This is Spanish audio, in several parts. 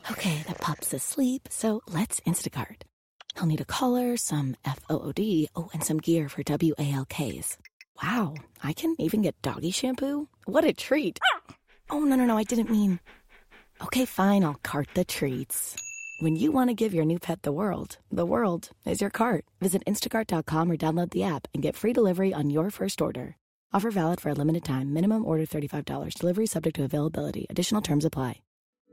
Okay, the pup's asleep, so let's Instacart. He'll need a collar, some FOOD, and some gear for WALKs. Wow, I can even get doggy shampoo? What a treat. Oh, no, I didn't mean... Okay, fine, I'll cart the treats. When you want to give your new pet the world is your cart. Visit instacart.com or download the app and get free delivery on your first order. Offer valid for a limited time. Minimum order $35. Delivery subject to availability. Additional terms apply.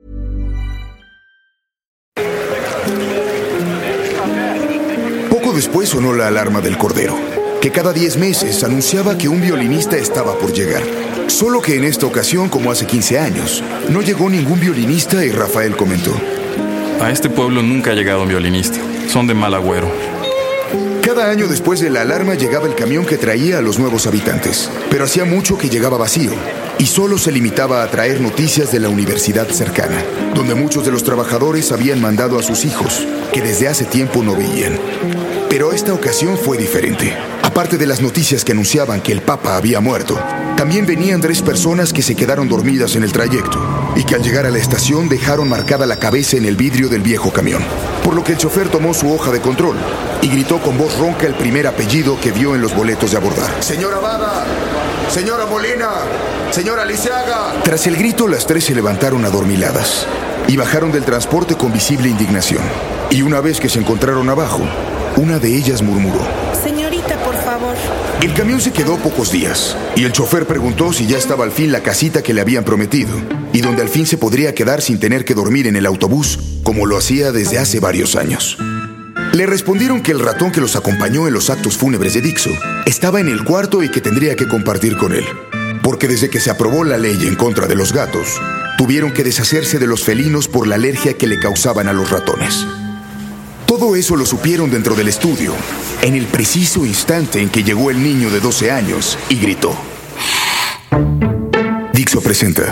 Poco después sonó la alarma del Cordero, que cada 10 meses anunciaba que un violinista estaba por llegar. Solo que en esta ocasión, como hace 15 años, no llegó ningún violinista y Rafael comentó: a este pueblo nunca ha llegado un violinista. Son de mal agüero. Cada año después de la alarma llegaba el camión que traía a los nuevos habitantes, pero hacía mucho que llegaba vacío y solo se limitaba a traer noticias de la universidad cercana, donde muchos de los trabajadores habían mandado a sus hijos, que desde hace tiempo no veían. Pero esta ocasión fue diferente. Aparte de las noticias que anunciaban que el Papa había muerto, también venían 3 personas que se quedaron dormidas en el trayecto y que al llegar a la estación dejaron marcada la cabeza en el vidrio del viejo camión. Por lo que el chofer tomó su hoja de control y gritó con voz ronca el primer apellido que vio en los boletos de abordar: ¡Señora Bada! ¡Señora Molina! ¡Señora Liceaga! Tras el grito, las 3 se levantaron adormiladas y bajaron del transporte con visible indignación. Y una vez que se encontraron abajo, una de ellas murmuró: señorita, por favor. El camión se quedó pocos días y el chofer preguntó si ya estaba al fin la casita que le habían prometido y donde al fin se podría quedar sin tener que dormir en el autobús como lo hacía desde hace varios años. Le respondieron que el ratón que los acompañó en los actos fúnebres de Dixo estaba en el cuarto y que tendría que compartir con él, porque desde que se aprobó la ley en contra de los gatos, tuvieron que deshacerse de los felinos por la alergia que le causaban a los ratones. Todo eso lo supieron dentro del estudio, en el preciso instante en que llegó el niño de 12 años y gritó. Dixo presenta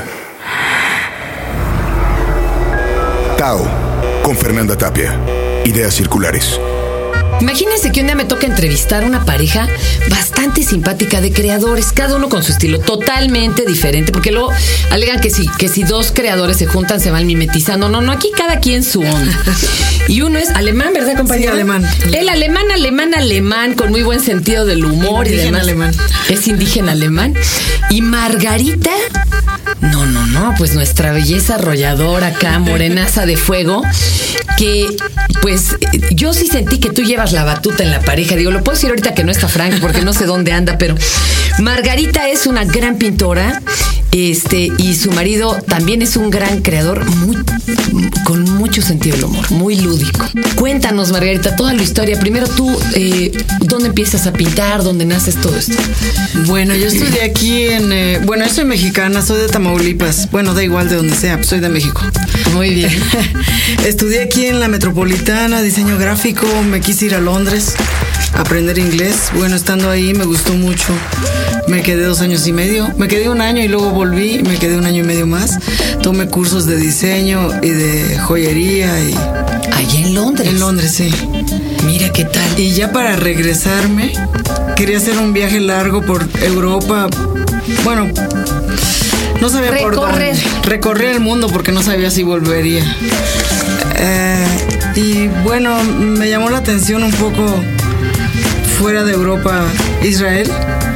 Tao, con Fernanda Tapia. Ideas circulares. Imagínense que un día me toca entrevistar a una pareja bastante simpática de creadores, cada uno con su estilo totalmente diferente, porque luego alegan que si 2 creadores se juntan se van mimetizando. No, aquí cada quien su onda. Y uno es alemán, ¿verdad, compañero? Sí, alemán. El alemán, con muy buen sentido del humor indígena y demás. Alemán. Es indígena alemán. Y Margarita, no, pues nuestra belleza arrolladora acá, morenaza de fuego, que pues yo sí sentí que tú llevas la batuta en la pareja. Digo, lo puedo decir ahorita que no está Frank porque no sé dónde anda, pero Margarita es una gran pintora, y su marido también es un gran creador, con mucho sentido del humor, muy lúdico. Cuéntanos, Margarita, toda la historia. Primero tú, ¿dónde empiezas a pintar? ¿Dónde naces todo esto? Bueno, yo estudié aquí yo soy mexicana, soy de Tamaulipas. Bueno, da igual de donde sea, soy de México. Muy bien. Estudié aquí en la Metropolitana, diseño gráfico. Me quise ir a Londres a aprender inglés. Bueno, estando ahí me gustó mucho. Me quedé 2 años y medio. Me quedé 1 año y luego volví y me quedé 1 año y medio más. Tomé cursos de diseño y de joyería. ¿Allá en Londres? En Londres, sí. Mira qué tal. Y ya para regresarme, quería hacer un viaje largo por Europa. Bueno, no sabía por dónde. Recorrer el mundo porque no sabía si volvería. Y bueno, me llamó la atención un poco fuera de Europa, Israel.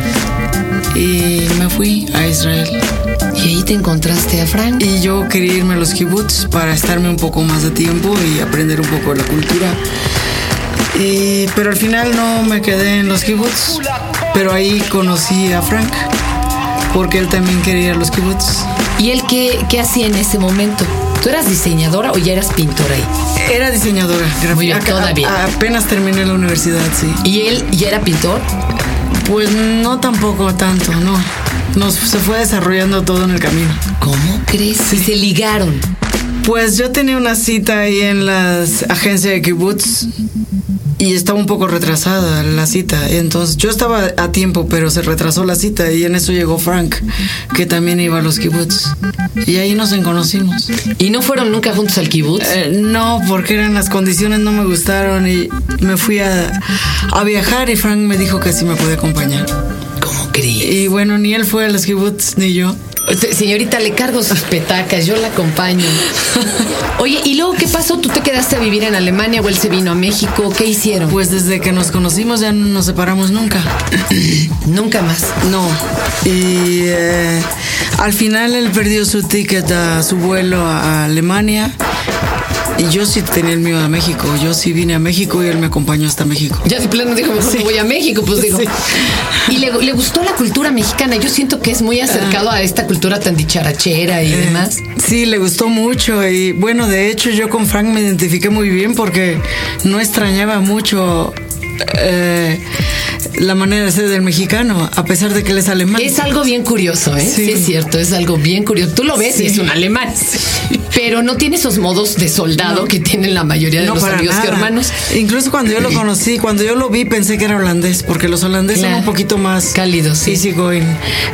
Y me fui a Israel. Y ahí te encontraste a Frank. Y yo quería irme a los kibbutz para estarme un poco más de tiempo y aprender un poco de la cultura. Pero al final no me quedé en los kibbutz. Pero ahí conocí a Frank, porque él también quería ir a los kibbutz. ¿Y él qué hacía en ese momento? ¿Tú eras diseñadora o ya eras pintora ahí? Era diseñadora. Muy bien, todavía. Apenas terminé la universidad, sí. ¿Y él ya era pintor? Pues no tampoco tanto, no. Se fue desarrollando todo en el camino. ¿Cómo crees? Sí. ¿Y se ligaron? Pues yo tenía una cita ahí en las agencias de kibbutz y estaba un poco retrasada la cita. Entonces yo estaba a tiempo, pero se retrasó la cita y en eso llegó Frank, que también iba a los kibbutz. Y ahí nos conocimos. ¿Y no fueron nunca juntos al kibutz? No, porque las condiciones no me gustaron y me fui a viajar y Frank me dijo que sí me podía acompañar. ¿Cómo crees? Y bueno, ni él fue a los kibbutz ni yo. Señorita, le cargo sus petacas, yo la acompaño. Oye, ¿y luego qué pasó? ¿Tú te quedaste a vivir en Alemania o él se vino a México? ¿Qué hicieron? Pues desde que nos conocimos ya no nos separamos nunca. Nunca más. No. Y al final él perdió su ticket a su vuelo a Alemania. Y yo sí tenía el mío a México. Yo sí vine a México y él me acompañó hasta México. Ya de plano dijo, mejor me voy a México, pues digo. Sí. Y le gustó la cultura mexicana. Yo siento que es muy acercado a esta cultura tan dicharachera y demás. Sí, le gustó mucho. Y bueno, de hecho yo con Frank me identifiqué muy bien porque no extrañaba mucho la manera de ser del mexicano, a pesar de que él es alemán. Es algo bien curioso, ¿eh? Sí, es cierto, es algo bien curioso. Tú lo ves y es un alemán, pero no tiene esos modos de soldado que tienen la mayoría de los amigos germanos. Incluso cuando yo lo conocí, cuando yo lo vi, pensé que era holandés, porque los holandeses son un poquito más cálidos, easygoing.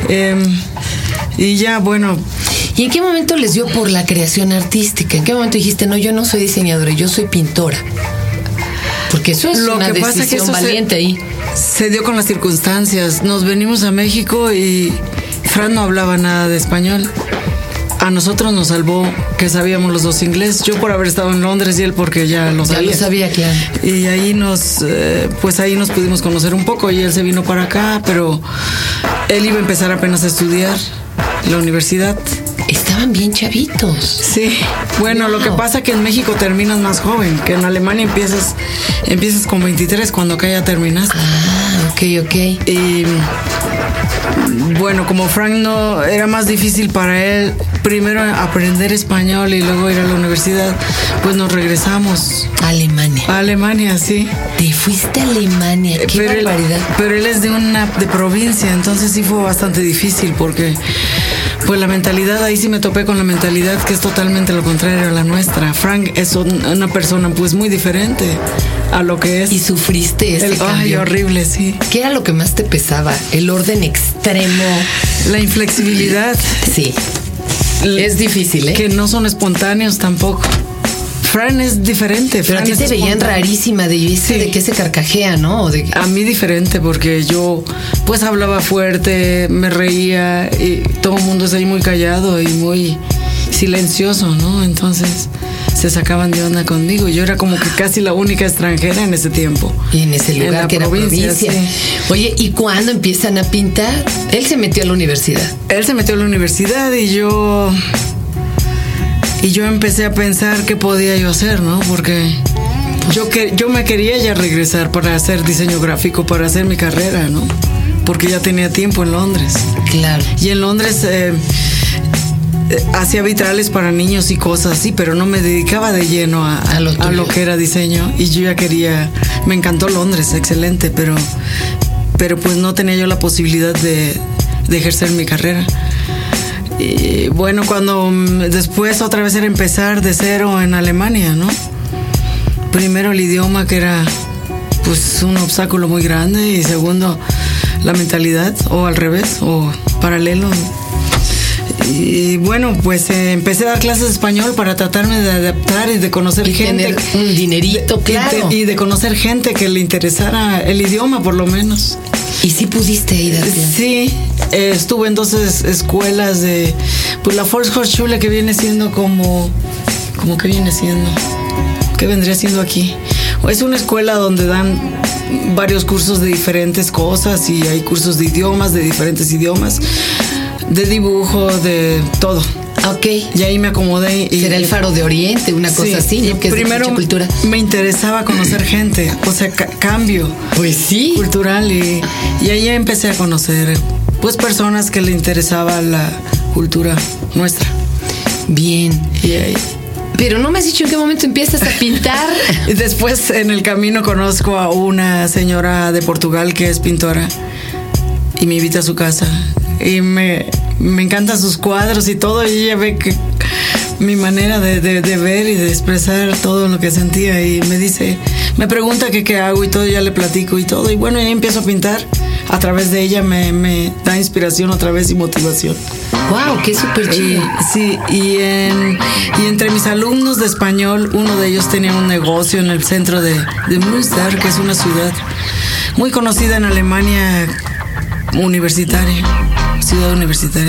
Y ya, bueno. ¿Y en qué momento les dio por la creación artística? ¿En qué momento dijiste, no, yo no soy diseñadora, yo soy pintora? Porque eso es una decisión valiente ahí. Se dio con las circunstancias. Nos venimos a México y Fran no hablaba nada de español. A nosotros nos salvó que sabíamos los dos inglés. Yo por haber estado en Londres y él porque ya lo sabía. Ya lo sabía, claro. Y ahí pues ahí nos pudimos conocer un poco y él se vino para acá, pero él iba a empezar apenas a estudiar en la universidad. Estaban bien chavitos. Sí. Bueno, lo que pasa es que en México terminas más joven, que en Alemania empiezas con 23 cuando acá ya terminaste. Ah, ok. Y bueno, como Frank no era más difícil para él primero aprender español y luego ir a la universidad, pues nos regresamos a Alemania. A Alemania, sí. Te fuiste a Alemania, qué barbaridad. Pero él es de provincia, entonces sí fue bastante difícil porque pues la mentalidad, ahí sí me topé con la mentalidad que es totalmente lo contrario a la nuestra. Frank es una persona pues muy diferente a lo que es. Y sufriste ese cambio. Ay, horrible, sí. ¿Qué era lo que más te pesaba? ¿El orden extremo? La inflexibilidad. Sí. Es difícil, ¿eh? Que no son espontáneos tampoco. Fran es diferente. Pero a ti te veían rarísima de que se carcajea, ¿no? A mí diferente porque yo pues hablaba fuerte, me reía y todo el mundo es ahí muy callado y muy silencioso, ¿no? Entonces se sacaban de onda conmigo. Yo era como que casi la única extranjera en ese tiempo. Y en ese lugar que era provincia. Sí. Oye, ¿y cuándo empiezan a pintar? Él se metió a la universidad. Él se metió a la universidad y yo empecé a pensar qué podía yo hacer, ¿no? Porque yo me quería ya regresar para hacer diseño gráfico, para hacer mi carrera, ¿no? Porque ya tenía tiempo en Londres. Claro. Y en Londres hacía vitrales para niños y cosas así, pero no me dedicaba de lleno a lo que era diseño. Y yo ya quería, me encantó Londres, excelente, pero pues no tenía yo la posibilidad de ejercer mi carrera. Y bueno, cuando después otra vez era empezar de cero en Alemania, ¿no? Primero el idioma, que era pues un obstáculo muy grande, y segundo la mentalidad, o al revés, o paralelo. Y bueno, pues empecé a dar clases de español para tratarme de adaptar y de conocer gente. Tener un dinerito, claro. Y de conocer gente que le interesara el idioma, por lo menos. ¿Y sí pudiste ir a clases? Sí, estuve en 2 escuelas de pues la Volkshochschule, que viene siendo como que viene siendo, ¿qué vendría siendo aquí? Es una escuela donde dan varios cursos de diferentes cosas y hay cursos de idiomas, de diferentes idiomas, de dibujo, de todo. Ok. Y ahí me acomodé. Será el Faro de Oriente, una cosa así, ¿no? Que primero es de mucha cultura. Me interesaba conocer gente, o sea, cambio. Pues sí. Cultural y ahí empecé a conocer pues personas que le interesaba la cultura nuestra. Bien. Y ahí. Pero no me has dicho en qué momento empiezas a pintar. Y después en el camino conozco a una señora de Portugal que es pintora y me invita a su casa y me encantan sus cuadros y todo, y ella ve que mi manera de ver y de expresar todo lo que sentía, y me pregunta que qué hago y todo, ya le platico y todo, y bueno, ya empiezo a pintar. A través de ella me da inspiración otra vez y motivación. Wow, qué súper chido. Sí, y entre mis alumnos de español, uno de ellos tenía un negocio en el centro de Münster, que es una ciudad muy conocida en Alemania, universitaria, ciudad universitaria.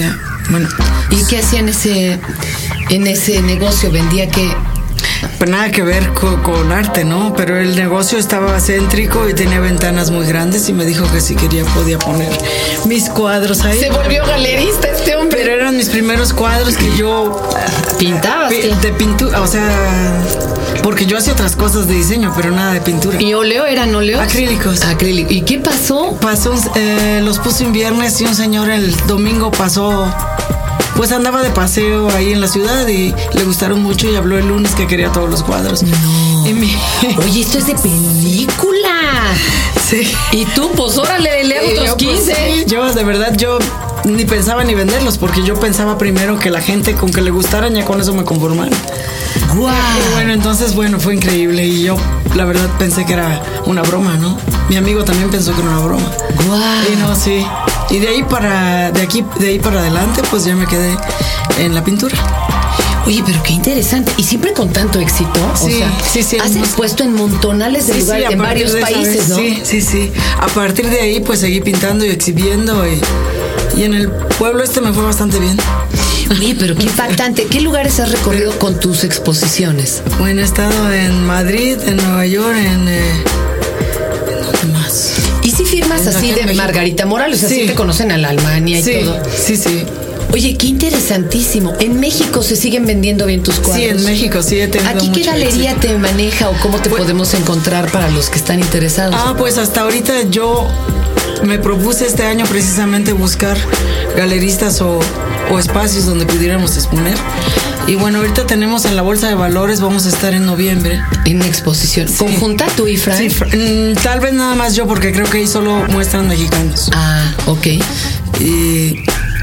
Bueno. ¿Y qué hacía en ese negocio? ¿Vendía qué? Pues nada que ver con arte, ¿no? Pero el negocio estaba céntrico y tenía ventanas muy grandes y me dijo que si quería podía poner mis cuadros ahí. Se volvió galerista este hombre. Pero eran mis primeros cuadros que yo... ¿Pintabas? De pintura, o sea... Porque yo hacía otras cosas de diseño, pero nada de pintura. ¿Y óleo? ¿Eran óleos? Acrílicos. Acrílico. ¿Y qué pasó? Los puse un viernes y un señor el domingo pasó... Pues andaba de paseo ahí en la ciudad y le gustaron mucho y habló el lunes que quería todos los cuadros. No. Oye, esto es de película. Sí. Y tú, pues órale, le hago otros 15. Pues, yo, de verdad, yo ni pensaba ni venderlos porque yo pensaba primero que la gente con que le gustaran ya con eso me conformaran. ¡Guau! Y bueno, entonces, fue increíble y yo, la verdad, pensé que era una broma, ¿no? Mi amigo también pensó que era una broma. ¡Guau! Y no, sí. Y de ahí para adelante, pues ya me quedé en la pintura. Oye, pero qué interesante. Y siempre con tanto éxito. Sí, sí. Has expuesto en montonales de lugares, en varios países, ¿no? Sí. A partir de ahí, pues seguí pintando y exhibiendo y en el pueblo me fue bastante bien. Oye, pero qué impactante. ¿Qué lugares has recorrido con tus exposiciones? Bueno, he estado en Madrid, en Nueva York, ¿en dónde más? ¿Y si firmas así de Margarita Morales? Así te conocen a la Alemania y todo. Sí. Oye, qué interesantísimo. ¿En México se siguen vendiendo bien tus cuadros? Sí, en México sí he tenido ¿Aquí qué galería te maneja o cómo te podemos encontrar para los que están interesados? Pues hasta ahorita yo me propuse este año precisamente buscar galeristas o espacios donde pudiéramos exponer. Y bueno, ahorita tenemos en la Bolsa de Valores, vamos a estar en noviembre. En una exposición. Sí. ¿Conjunta tú y Frank? Sí, tal vez nada más yo, porque creo que ahí solo muestran mexicanos. Ok. Y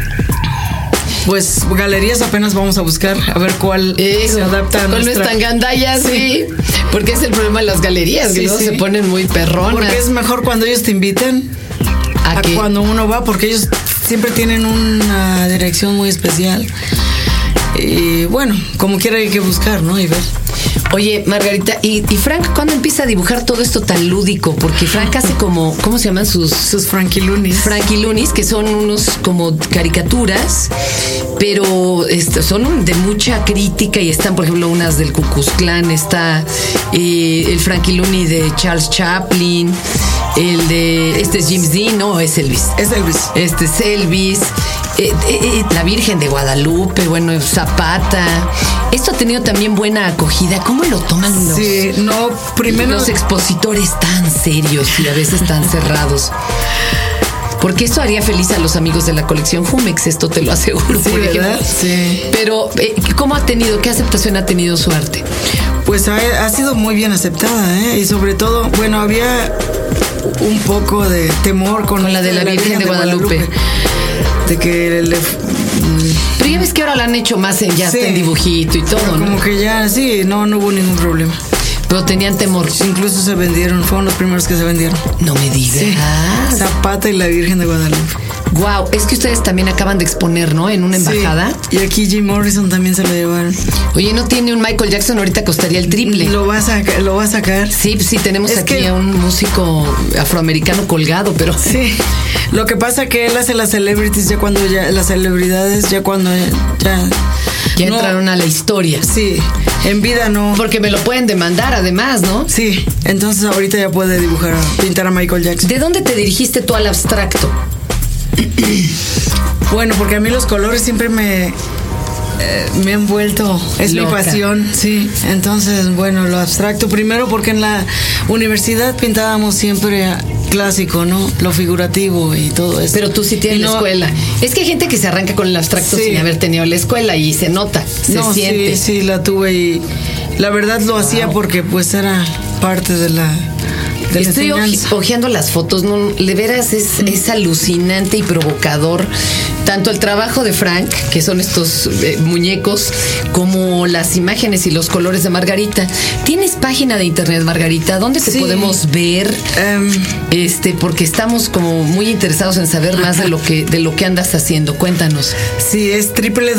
pues galerías apenas vamos a buscar, a ver cuál se adapta a nuestra... ¿Cuál no es tan gandalla? Sí. Porque es el problema de las galerías, que luego se ponen muy perronas. Porque es mejor cuando ellos te invitan a cuando uno va, porque ellos siempre tienen una dirección muy especial. Y bueno, como quiera hay que buscar, ¿no? Y ver. Oye, Margarita, ¿y Frank cuándo empieza a dibujar todo esto tan lúdico? Porque Frank hace como, ¿cómo se llaman sus Frankilunis? Frankilunis, que son unos como caricaturas, pero son de mucha crítica y están, por ejemplo, unas del Ku Klux Klan, está el Frankiluni de Charles Chaplin, el de, es James Dean, no, es Elvis. Es Elvis. Es Elvis. La Virgen de Guadalupe, bueno, Zapata. Esto ha tenido también buena acogida. ¿Cómo lo toman los expositores tan serios y a veces tan cerrados? Porque esto haría feliz a los amigos de la colección Jumex, esto te lo aseguro. Sí, ¿verdad? Sí. Pero, qué aceptación ha tenido su arte? Pues ha sido muy bien aceptada, ¿eh? Y sobre todo, bueno, había un poco de temor con la de la Virgen de Guadalupe. De que pero ya ves que ahora la han hecho más está en dibujito y todo, ¿no? Como que ya, no hubo ningún problema. Pero tenían temor. Incluso se vendieron, fueron los primeros que se vendieron. No me digas. Sí. Zapata y la Virgen de Guadalupe. Wow, es que ustedes también acaban de exponer, ¿no? En una embajada. Y aquí Jim Morrison también se lo llevaron. Oye, ¿no tiene un Michael Jackson? Ahorita costaría el triple. Lo va a sacar. Sí, tenemos aquí a un músico afroamericano colgado, pero... Sí, lo que pasa que él hace las celebrities las celebridades ya entraron a la historia. Sí, en vida no. Porque me lo pueden demandar además, ¿no? Sí, entonces ahorita ya puede pintar a Michael Jackson. ¿De dónde te dirigiste tú al abstracto? Bueno, porque a mí los colores siempre me han vuelto, es loca. Mi pasión, sí. Entonces, bueno, lo abstracto primero porque en la universidad pintábamos siempre clásico, ¿no? Lo figurativo y todo eso. Pero tú sí tienes la escuela. Es que hay gente que se arranca con el abstracto sin haber tenido la escuela y se nota, se siente. Sí, la tuve y la verdad lo hacía porque pues era parte de la... Estoy hojeando las fotos, ¿no? De veras es alucinante y provocador. Tanto el trabajo de Frank, que son estos muñecos, como las imágenes y los colores de Margarita. ¿Tienes página de internet, Margarita? ¿Dónde te podemos ver? Porque estamos como muy interesados en saber más de lo que andas haciendo. Cuéntanos. Sí, es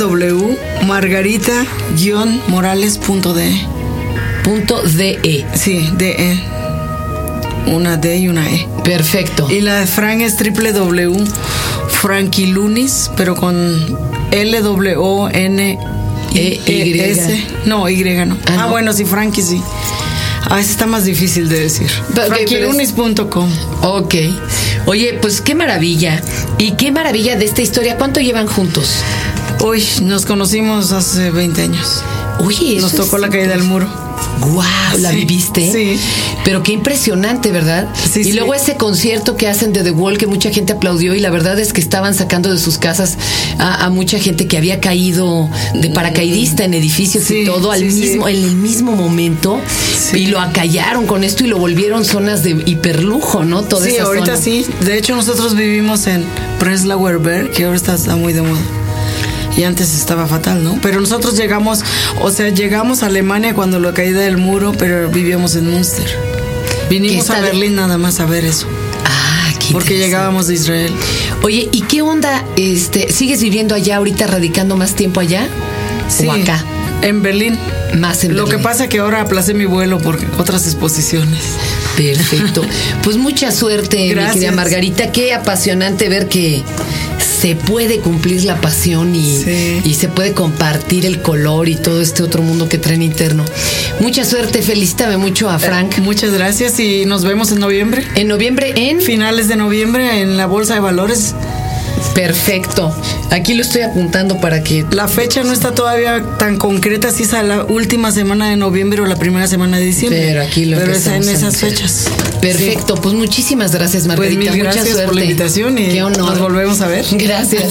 www.margarita-morales.de. .de. Sí, de. Una D y una E. Perfecto. Y la de Frank es www.frankilunis, pero con LWONES. No, Y no. Bueno, sí, Frankie sí. Ese está más difícil de decir. Frankilunis.com. Ok. Oye, pues qué maravilla. Y qué maravilla de esta historia. ¿Cuánto llevan juntos? Uy, nos conocimos hace 20 años. Oye, nos tocó la caída del muro. ¡Guau! ¿La viviste? Sí. Pero qué impresionante, ¿verdad? Sí, y luego ese concierto que hacen de The Wall, que mucha gente aplaudió, y la verdad es que estaban sacando de sus casas a mucha gente que había caído de paracaidista en edificios y todo en el mismo momento, y lo acallaron con esto y lo volvieron zonas de hiperlujo, ¿no? Toda esa ahorita zona. Sí. De hecho, nosotros vivimos en Prenzlauer Berg, que ahora está muy de moda. Y antes estaba fatal, ¿no? Pero nosotros llegamos a Alemania cuando la caída del muro, pero vivíamos en Münster. Vinimos a Berlín nada más a ver eso. Qué porque llegábamos de Israel. Oye, ¿y qué onda? ¿Sigues viviendo allá ahorita, radicando más tiempo allá? Sí, ¿o acá? En Berlín. Más en Berlín. Lo que pasa es que ahora aplacé mi vuelo por otras exposiciones. Perfecto. Pues mucha suerte, gracias, mi querida Margarita. Qué apasionante ver que se puede cumplir la pasión y se puede compartir el color y todo este otro mundo que traen interno. Mucha suerte, felicítame mucho a Frank. Muchas gracias y nos vemos en noviembre. En noviembre, finales de noviembre en la Bolsa de Valores. Perfecto. Aquí lo estoy apuntando para que... La fecha no está todavía tan concreta, si es a la última semana de noviembre o la primera semana de diciembre. Pero aquí lo es en esas fechas. Perfecto, pues muchísimas gracias, Margarita. Pues mil gracias, mucha suerte por la invitación y qué honor. Nos volvemos a ver. Gracias.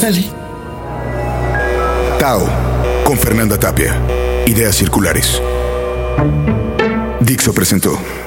Tao, con Fernanda Tapia. Ideas circulares. Dixo presentó.